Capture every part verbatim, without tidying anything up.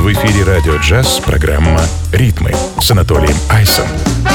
В эфире «Радио Джаз» программа «Ритмы» с Анатолием Айсом.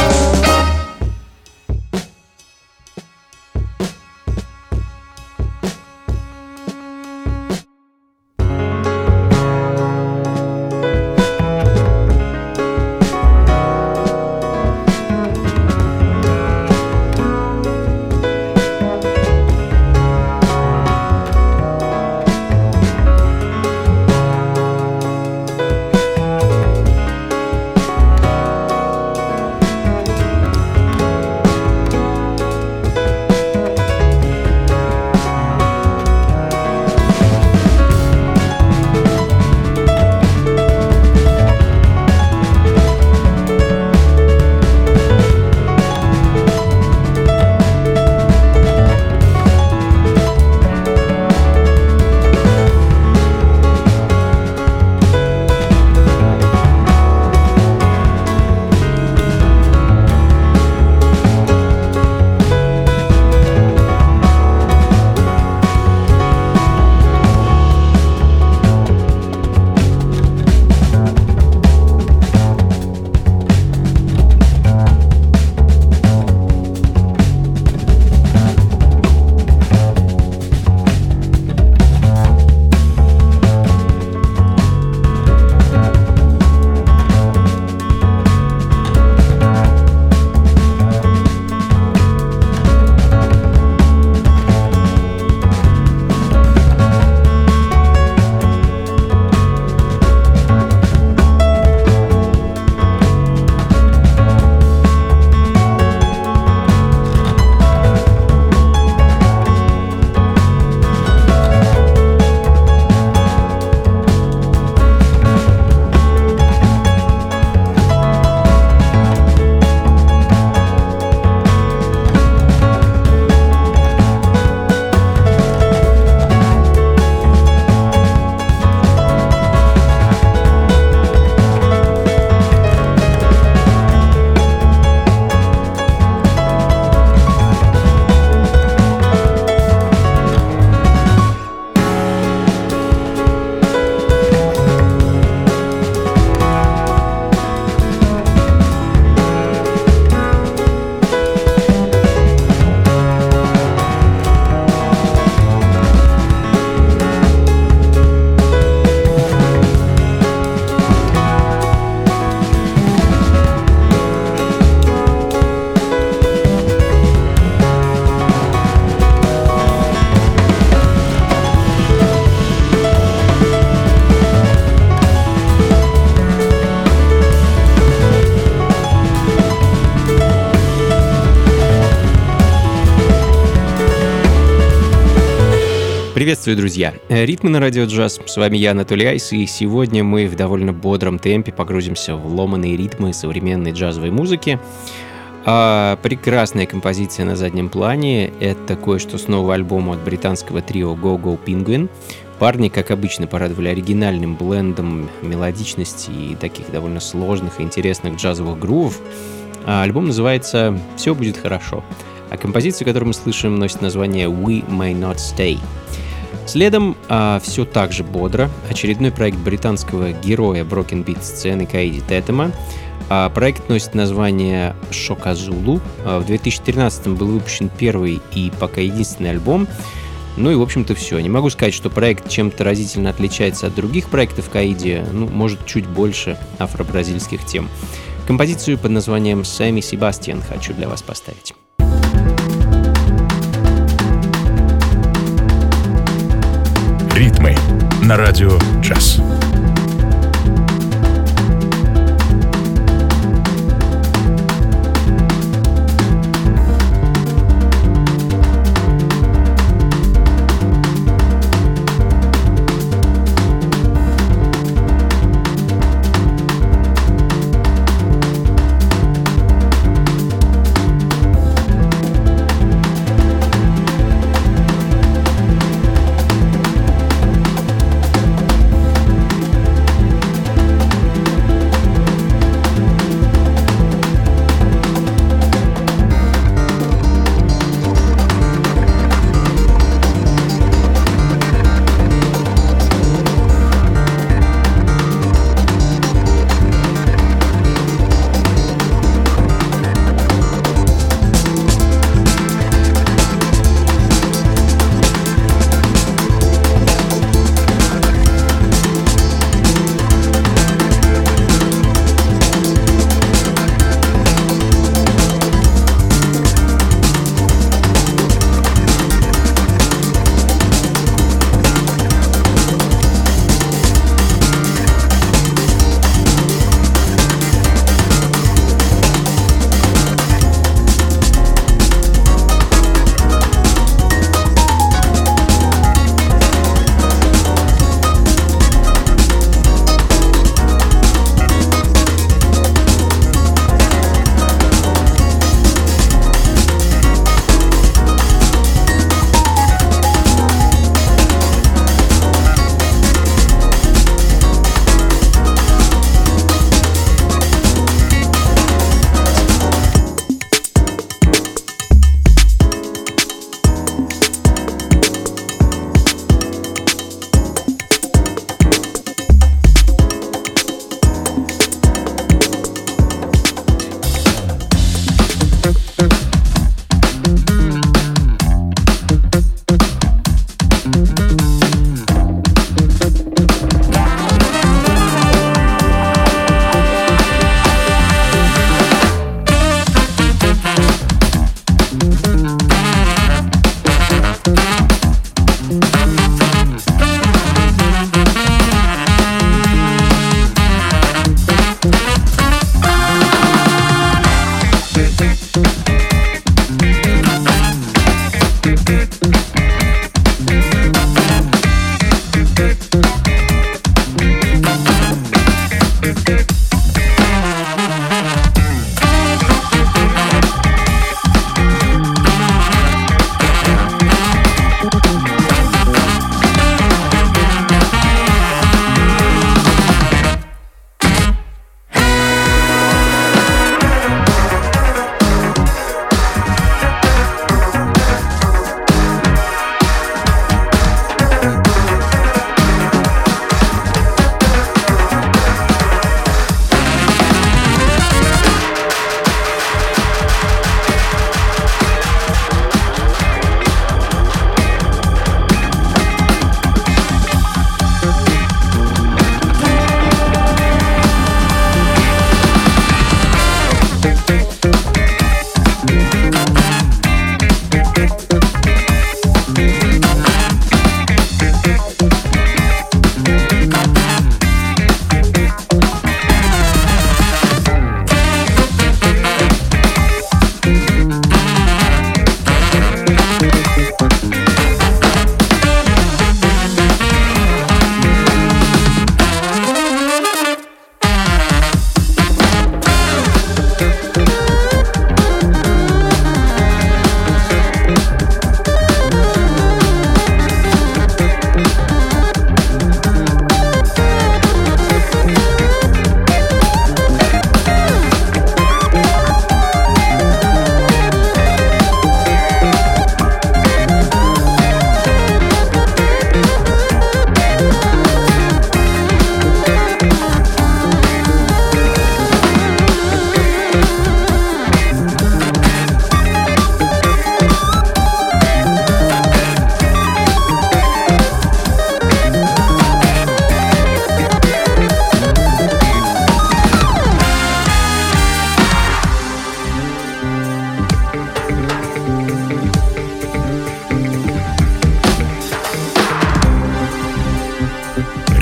Приветствую, друзья! Ритмы на радио джаз. С вами я, Анатолий Айс, и сегодня мы в довольно бодром темпе погрузимся в ломаные ритмы современной джазовой музыки. А прекрасная композиция на заднем плане — это кое-что с нового альбома от британского трио Go Go Penguin. Парни, как обычно, порадовали оригинальным блендом мелодичности и таких довольно сложных и интересных джазовых грувов. А альбом называется «Все будет хорошо», а композиция, которую мы слышим, носит название «We May Not Stay». Следом а, все так же бодро. Очередной проект британского героя брокенбит-сцены Каиди Тетема. А, проект носит название «Шоказулу». А, в две тысячи тринадцатом был выпущен первый и пока единственный альбом. Ну и, в общем-то, все. Не могу сказать, что проект чем-то разительно отличается от других проектов Каиди. Ну, может, чуть больше афро-бразильских тем. Композицию под названием «Сэмми Себастьян» хочу для вас поставить. Ритмы на радио джаз.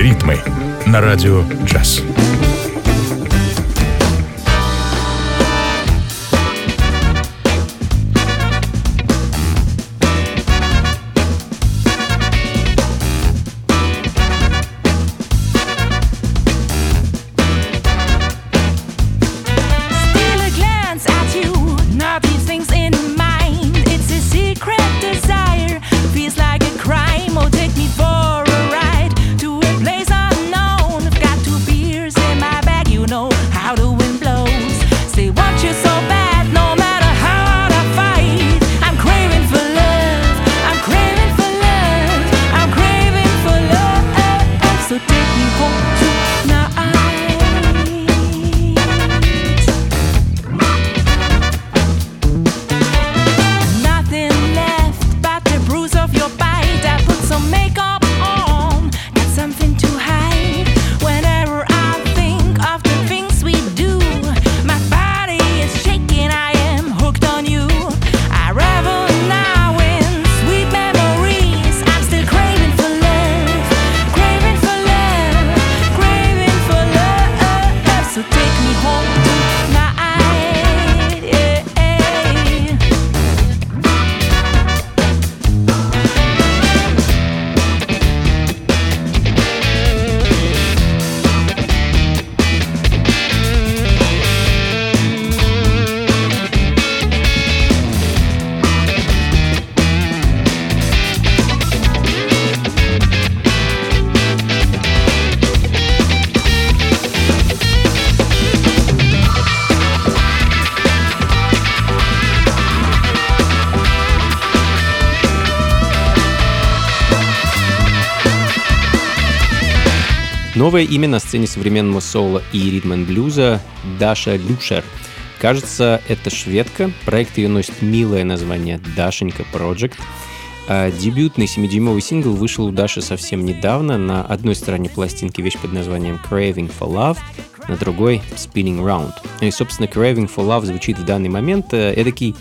Ритмы на радио джаз. Новое имя на сцене современного соула и ритм-н-блюза — Даша Люшер. Кажется, это шведка. Проект ее носит милое название «Дашенька Project». А дебютный семидюймовый сингл вышел у Даши совсем недавно. На одной стороне пластинки вещь под названием «Craving for Love», на другой «Spinning Round». И, собственно, «Craving for Love» звучит в данный момент эдакий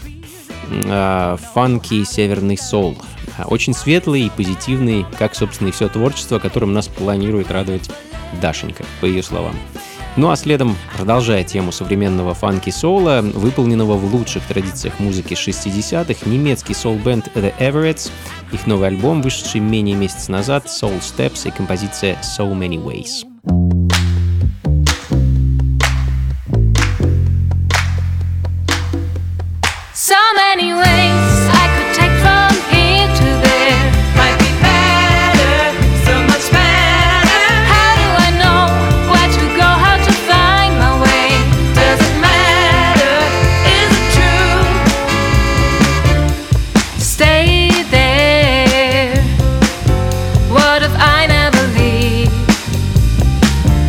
э, фанки северный соул. Очень светлый и позитивный, как, собственно, и все творчество, которым нас планирует радовать Дашенька, по ее словам. Ну а следом, продолжая тему современного фанки-соула, выполненного в лучших традициях музыки шестидесятых, немецкий соул-бенд The Everetts, их новый альбом, вышедший менее месяца назад, Soul Steps и композиция So Many Ways. So many ways I could take from here to there. Might be better, so much better. How do I know where to go, how to find my way? Does it matter? Is it true? Stay there. What if I never leave?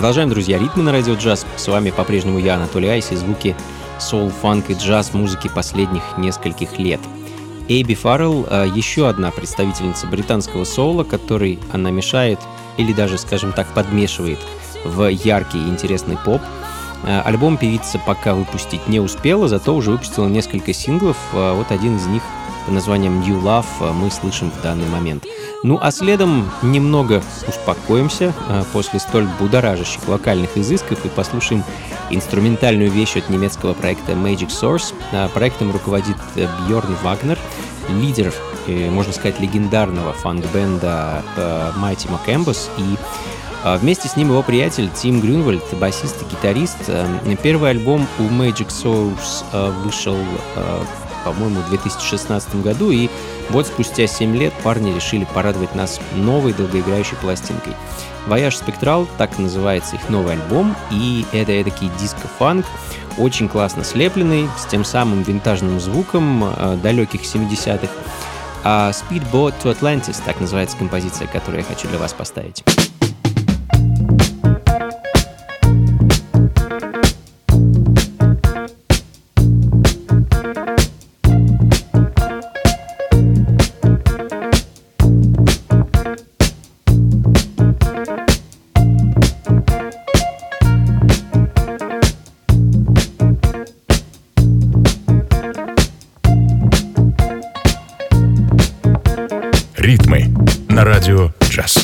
Продолжаем, друзья, ритмы на радио джаз. С вами по-прежнему я, Анатолий Айс, и звуки соул, фанк и джаз музыки последних нескольких лет. Эбби Фаррелл — еще одна представительница британского соула, которой она мешает или даже, скажем так, подмешивает в яркий и интересный поп. Альбом певица пока выпустить не успела, зато уже выпустила несколько синглов. Вот один из них под названием New Love мы слышим в данный момент. Ну а следом немного успокоимся после столь будоражащих вокальных изысков и послушаем инструментальную вещь от немецкого проекта Magic Source. Проектом руководит Бьорн Вагнер, лидер, можно сказать, легендарного фанк-бенда Mighty Macambos, и вместе с ним его приятель Тим Грюнвальд, басист и гитарист. Первый альбом у Magic Source вышел, по-моему, в две тысячи шестнадцатом году, и вот спустя семь лет парни решили порадовать нас новой долгоиграющей пластинкой. Voyage Spectral, так называется их новый альбом, и это эдакий диско-фанк, очень классно слепленный, с тем самым винтажным звуком э, далеких семидесятых. А Speedboat to Atlantis, так называется композиция, которую я хочу для вас поставить. Ритмы на радио джаз.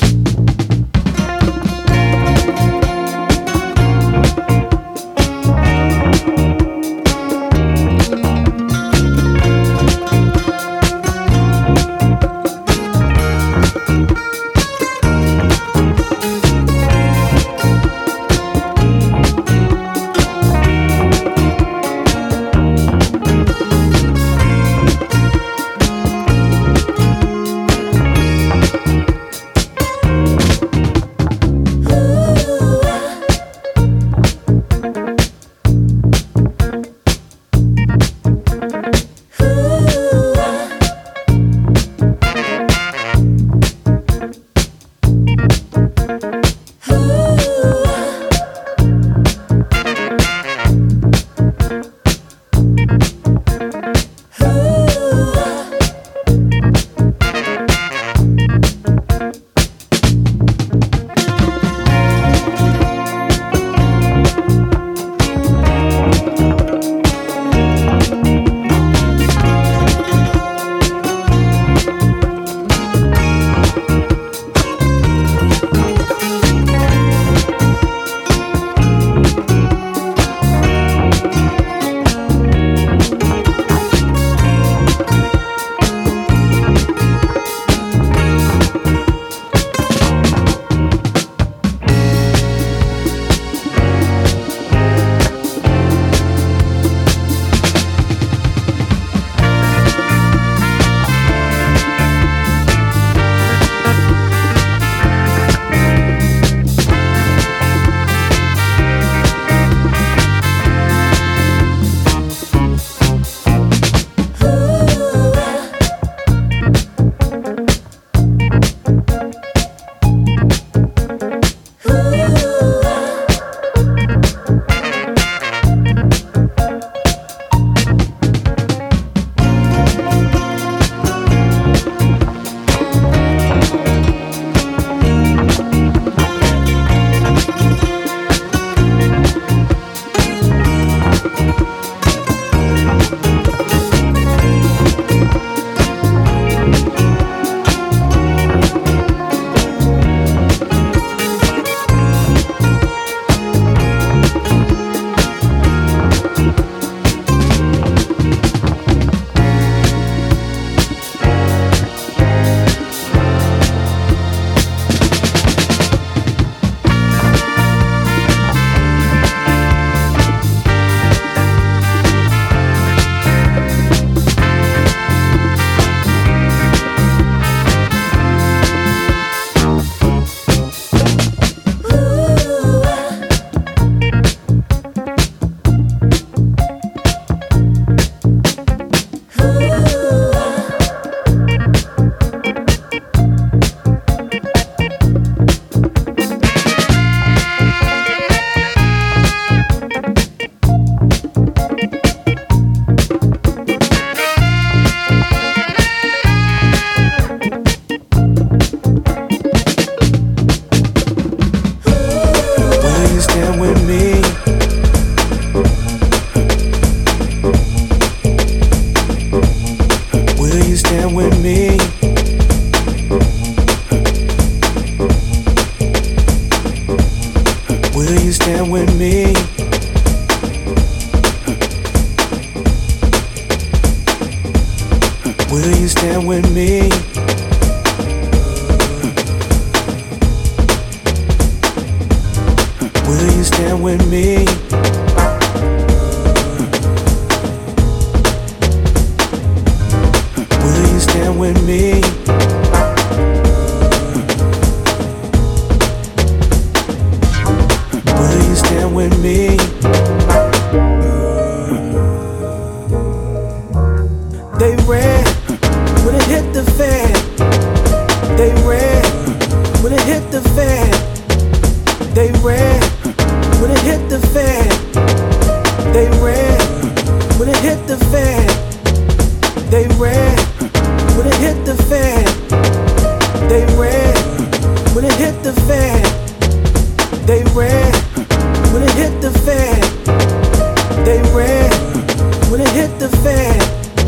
Will you stand with me? Will you stand with me? Will you stand with me? Will you stand with me? They ran when it hit the fan. They ran when it hit the fan. They ran when it hit the fan. They ran when it hit the fan. They ran when it hit the fan. They ran when it hit the fan. They ran when it hit the fan. They ran when it hit the fan.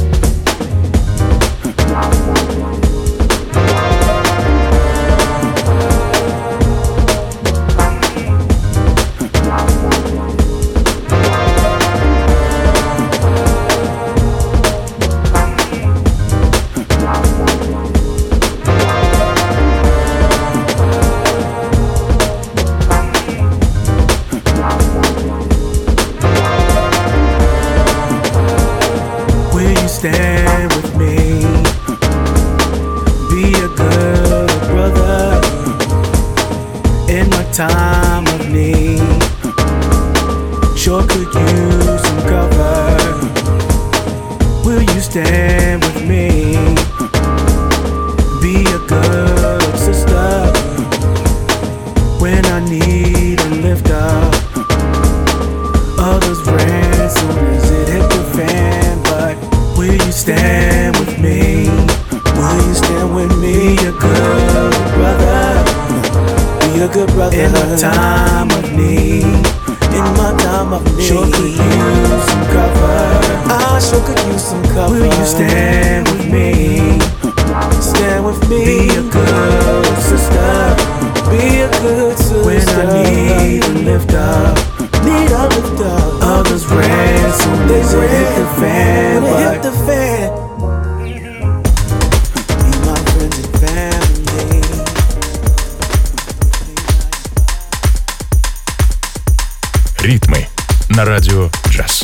Stand with me, be a good brother in my time of need. Sure could use some cover. Will you stand with me? Be a good sister when I need a lift up. Others ran soon as it hit the fan, but will you stand with me? Will you stand with me? Be a good brother. Be a good brother in my time of need. In my time of need. Sure could use some cover. I sure could use some cover. Will you stand with me? Stand with me. Be a good sister. Be a good sister when I need a lift up. Need a lift up. Others ran soon as it hit the fan. When it hit the fan. Be my friends and family. Ритмы на радио джаз.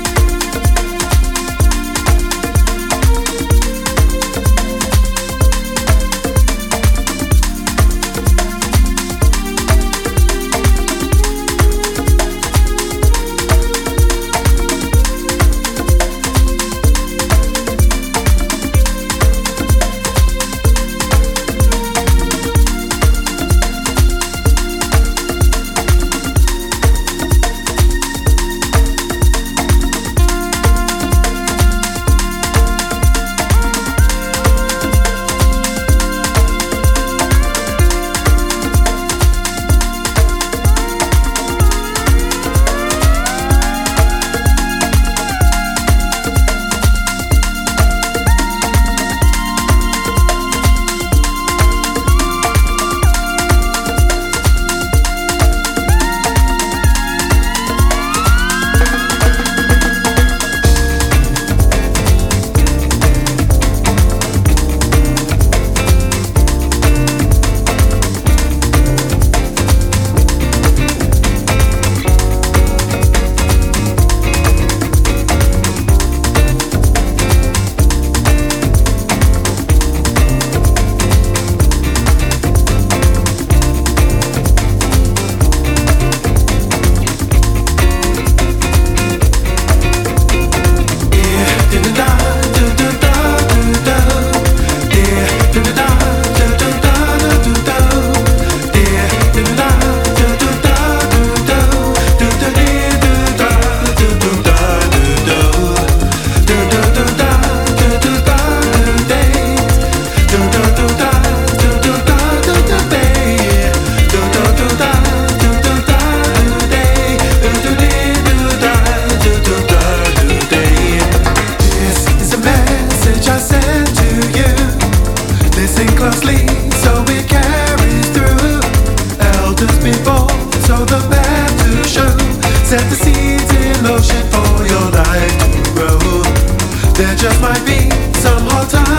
Set the seeds in motion for your life to grow. There just might be some hard times.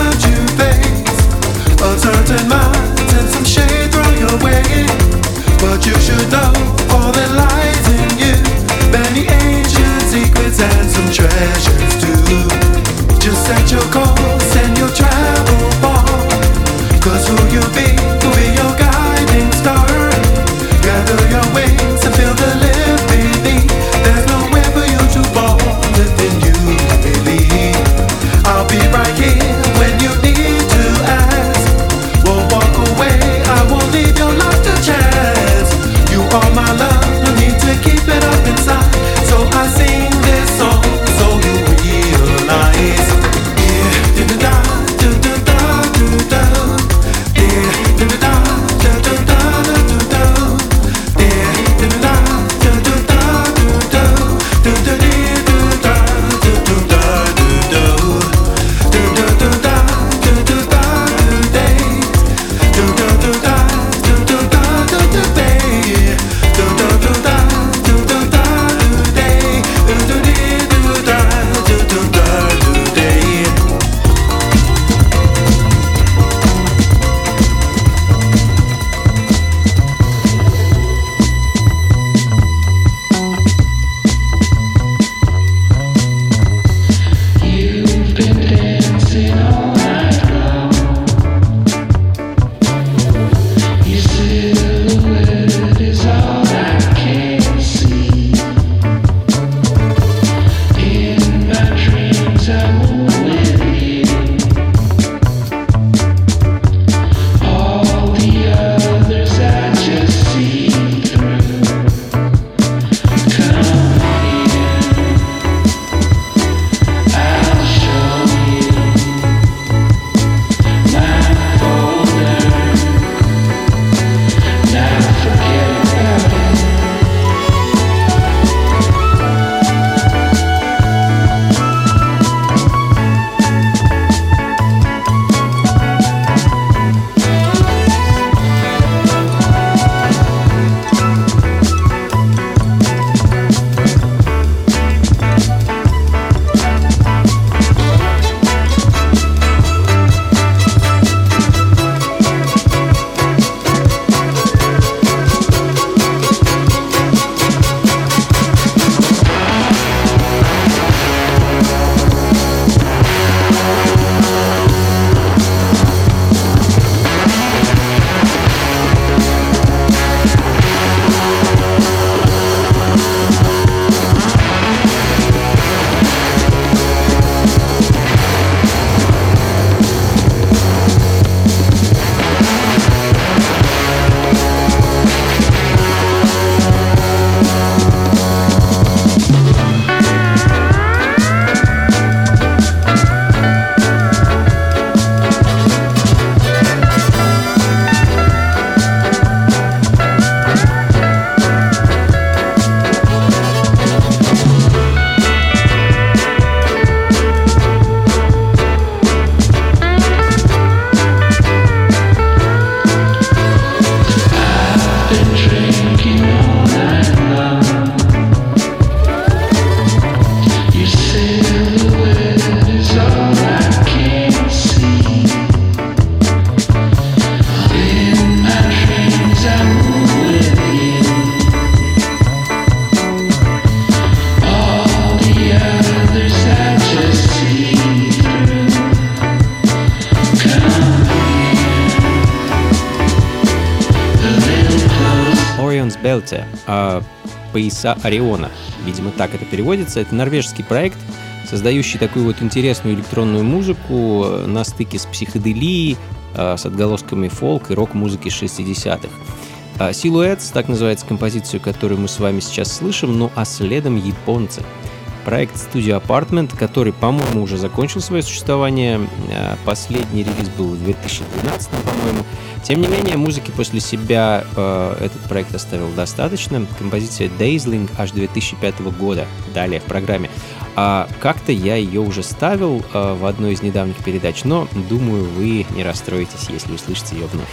Белте, пояса Ориона. Видимо, так это переводится. Это норвежский проект, создающий такую вот интересную электронную музыку на стыке с психоделией, с отголосками фолк и рок-музыки шестидесятых. Silhouettes, так называется композицию, которую мы с вами сейчас слышим, ну а следом японцы. Проект Studio Apartment, который, по-моему, уже закончил свое существование. Последний релиз был в две тысячи двенадцатом, по-моему. Тем не менее, музыки после себя э, этот проект оставил достаточно. Композиция Dazzling аж две тысячи пятого года. Далее в программе. А как-то я ее уже ставил э, в одной из недавних передач, но, думаю, вы не расстроитесь, если услышите ее вновь.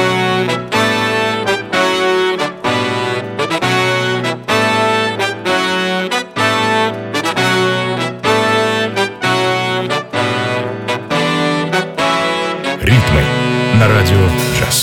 Ритмы на радио джаз.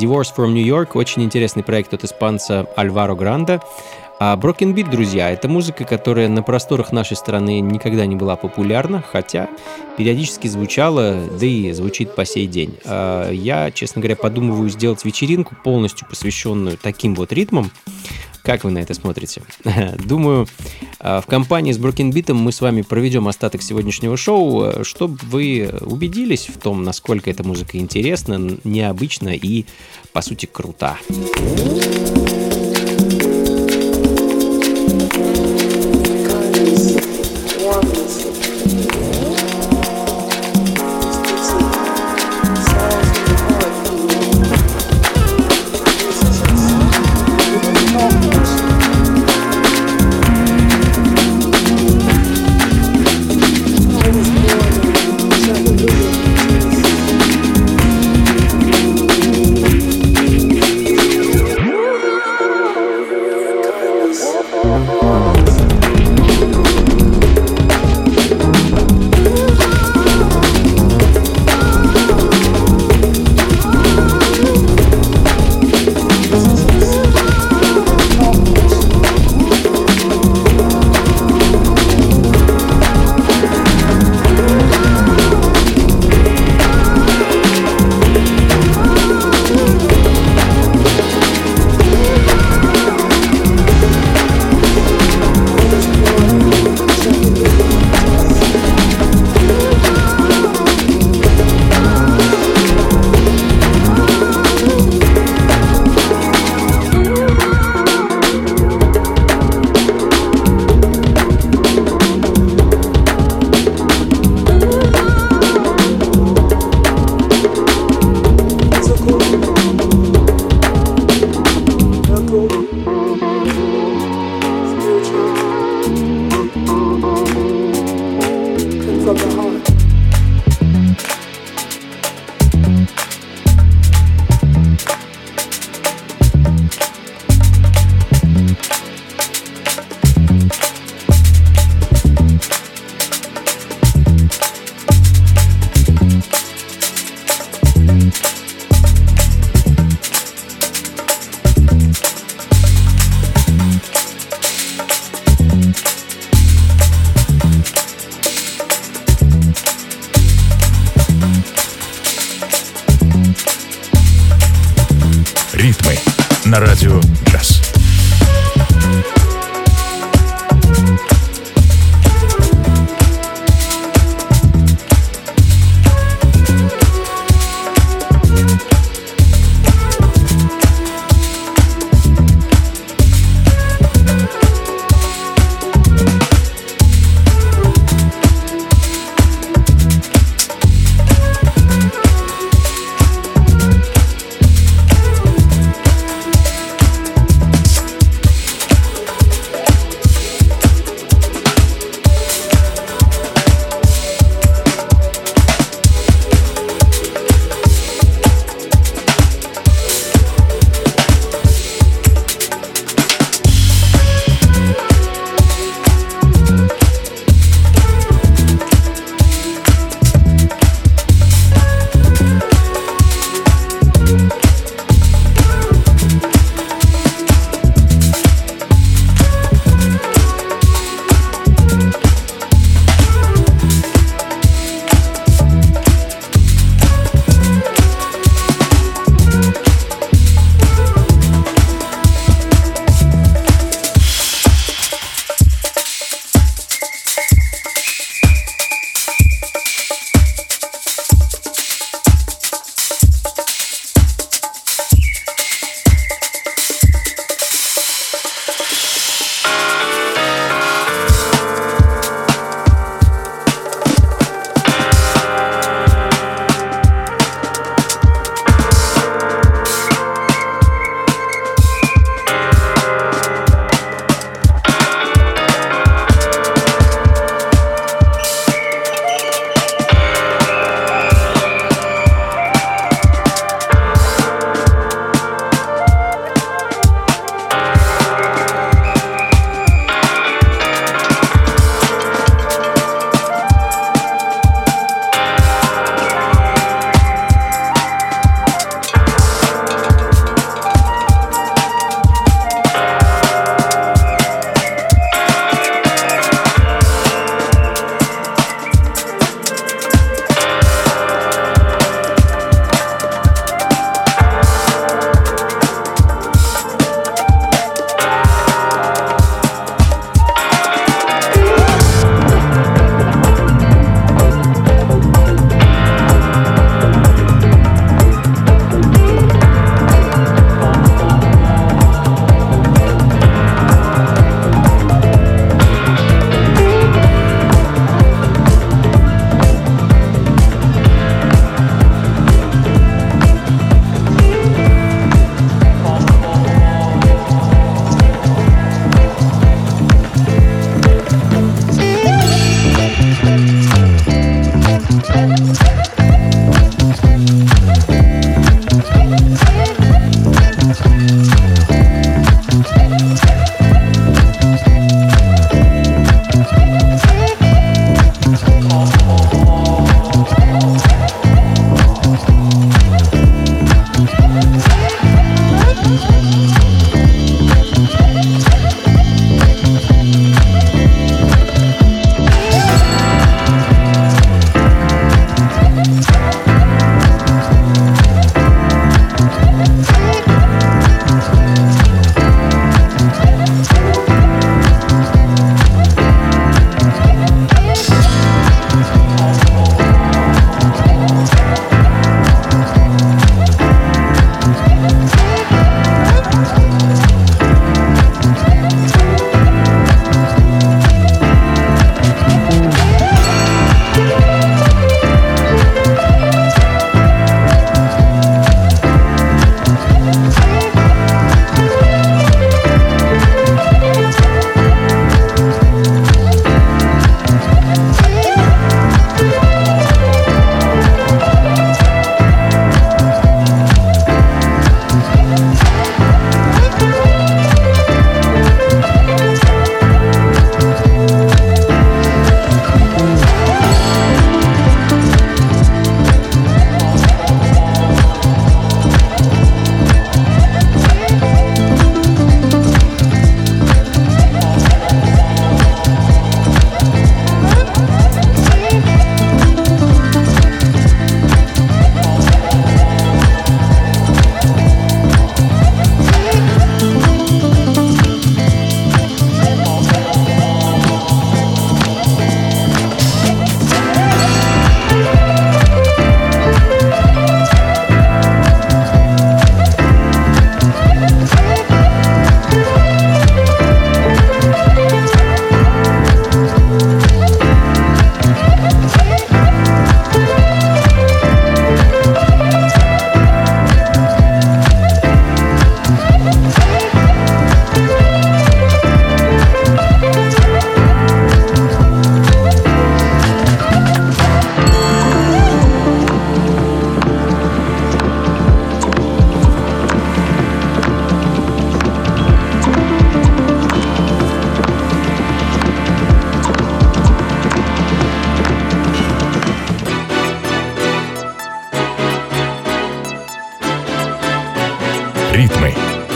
Divorce from New York, очень интересный проект от испанца Альваро Гранда. А Broken Beat, друзья, это музыка, которая на просторах нашей страны никогда не была популярна, хотя периодически звучала, да и звучит по сей день. Я, честно говоря, подумываю сделать вечеринку, полностью посвященную таким вот ритмам. Как вы на это смотрите? Думаю, в компании с Broken Beat мы с вами проведем остаток сегодняшнего шоу, чтобы вы убедились в том, насколько эта музыка интересна, необычна и, по сути, крута. Ритмы на радио «Джаз».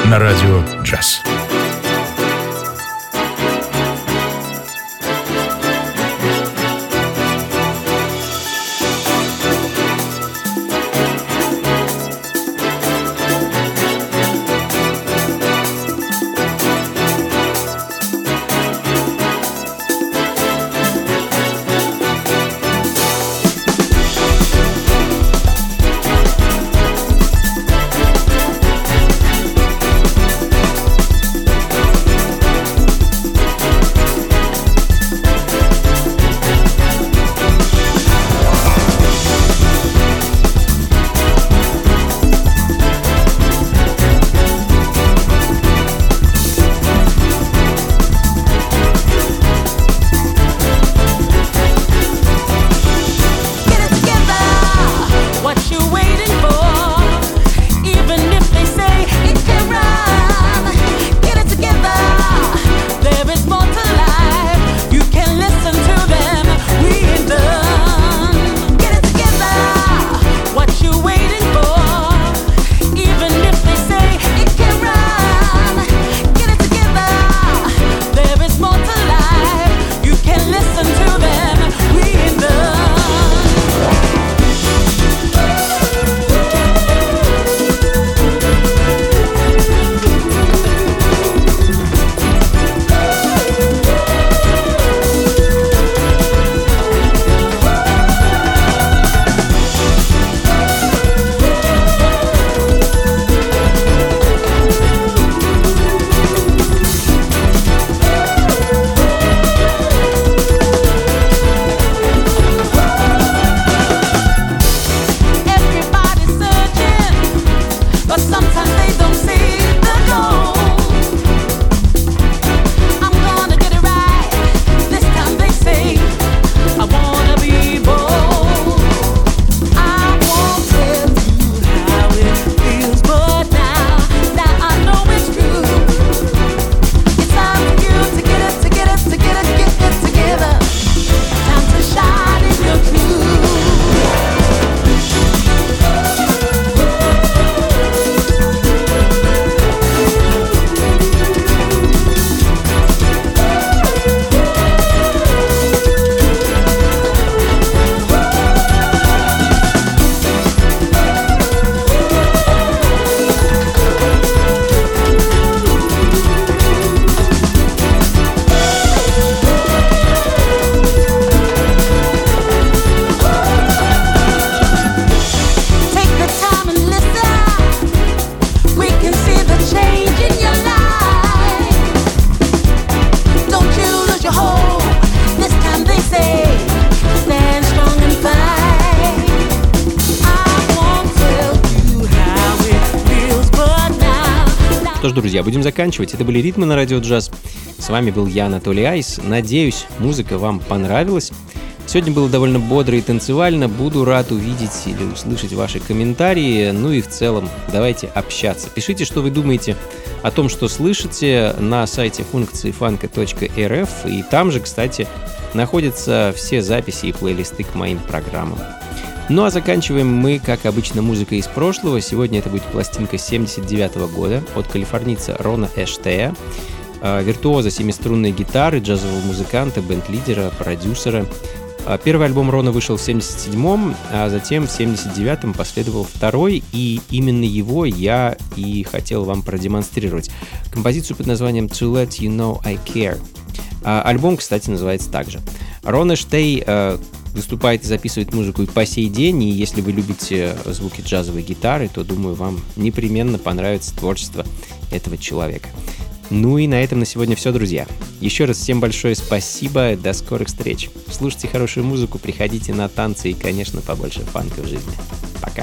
на радио джаз. Что ж, друзья, будем заканчивать. Это были «Ритмы» на радио джаз. С вами был я, Анатолий Айс. Надеюсь, музыка вам понравилась. Сегодня было довольно бодро и танцевально. Буду рад увидеть или услышать ваши комментарии. Ну и в целом, давайте общаться. Пишите, что вы думаете о том, что слышите, на сайте функции фанка точка эр эф. И там же, кстати, находятся все записи и плейлисты к моим программам. Ну а заканчиваем мы, как обычно, музыкой из прошлого. Сегодня это будет пластинка семьдесят девятого года от калифорнийца Рона Эштея, виртуоза семиструнной гитары, джазового музыканта, бенд-лидера, продюсера. Первый альбом Рона вышел в семьдесят седьмом, а затем в семьдесят девятом последовал второй, и именно его я и хотел вам продемонстрировать. Композицию под названием «To Let You Know I Care». Альбом, кстати, называется так же. Рон Эштей выступает и записывает музыку и по сей день, и если вы любите звуки джазовой гитары, то, думаю, вам непременно понравится творчество этого человека. Ну и на этом на сегодня все, друзья. Еще раз всем большое спасибо, до скорых встреч. Слушайте хорошую музыку, приходите на танцы и, конечно, побольше фанка в жизни. Пока.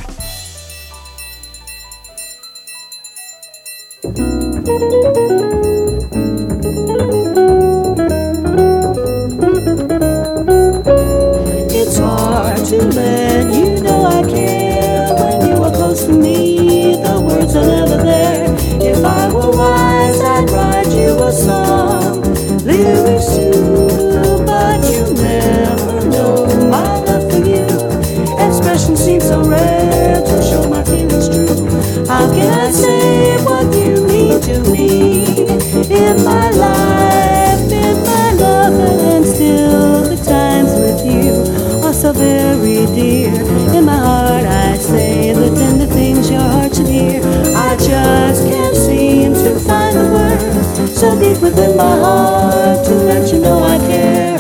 It's hard to let you know I care. When you are close to me, the words are never there. If I were wise, I'd write you a song, lyrics too, but you never know my love for you. Expression seems so rare. deep within my heart to let you know I care.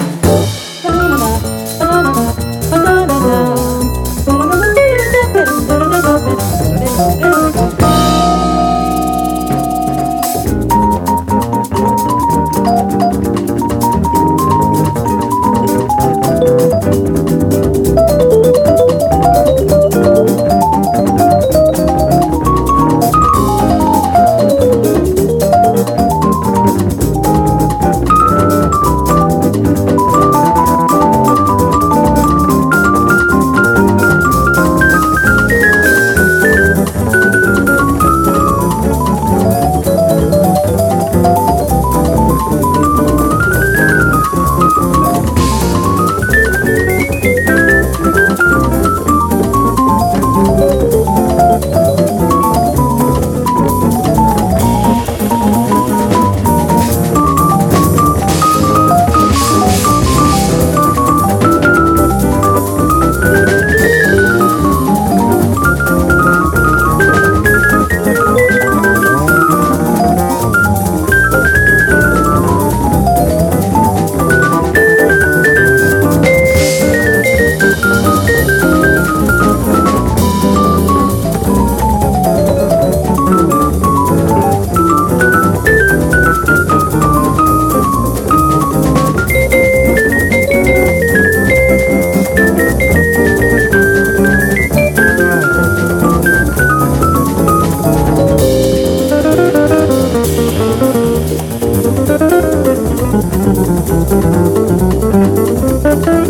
Thank you.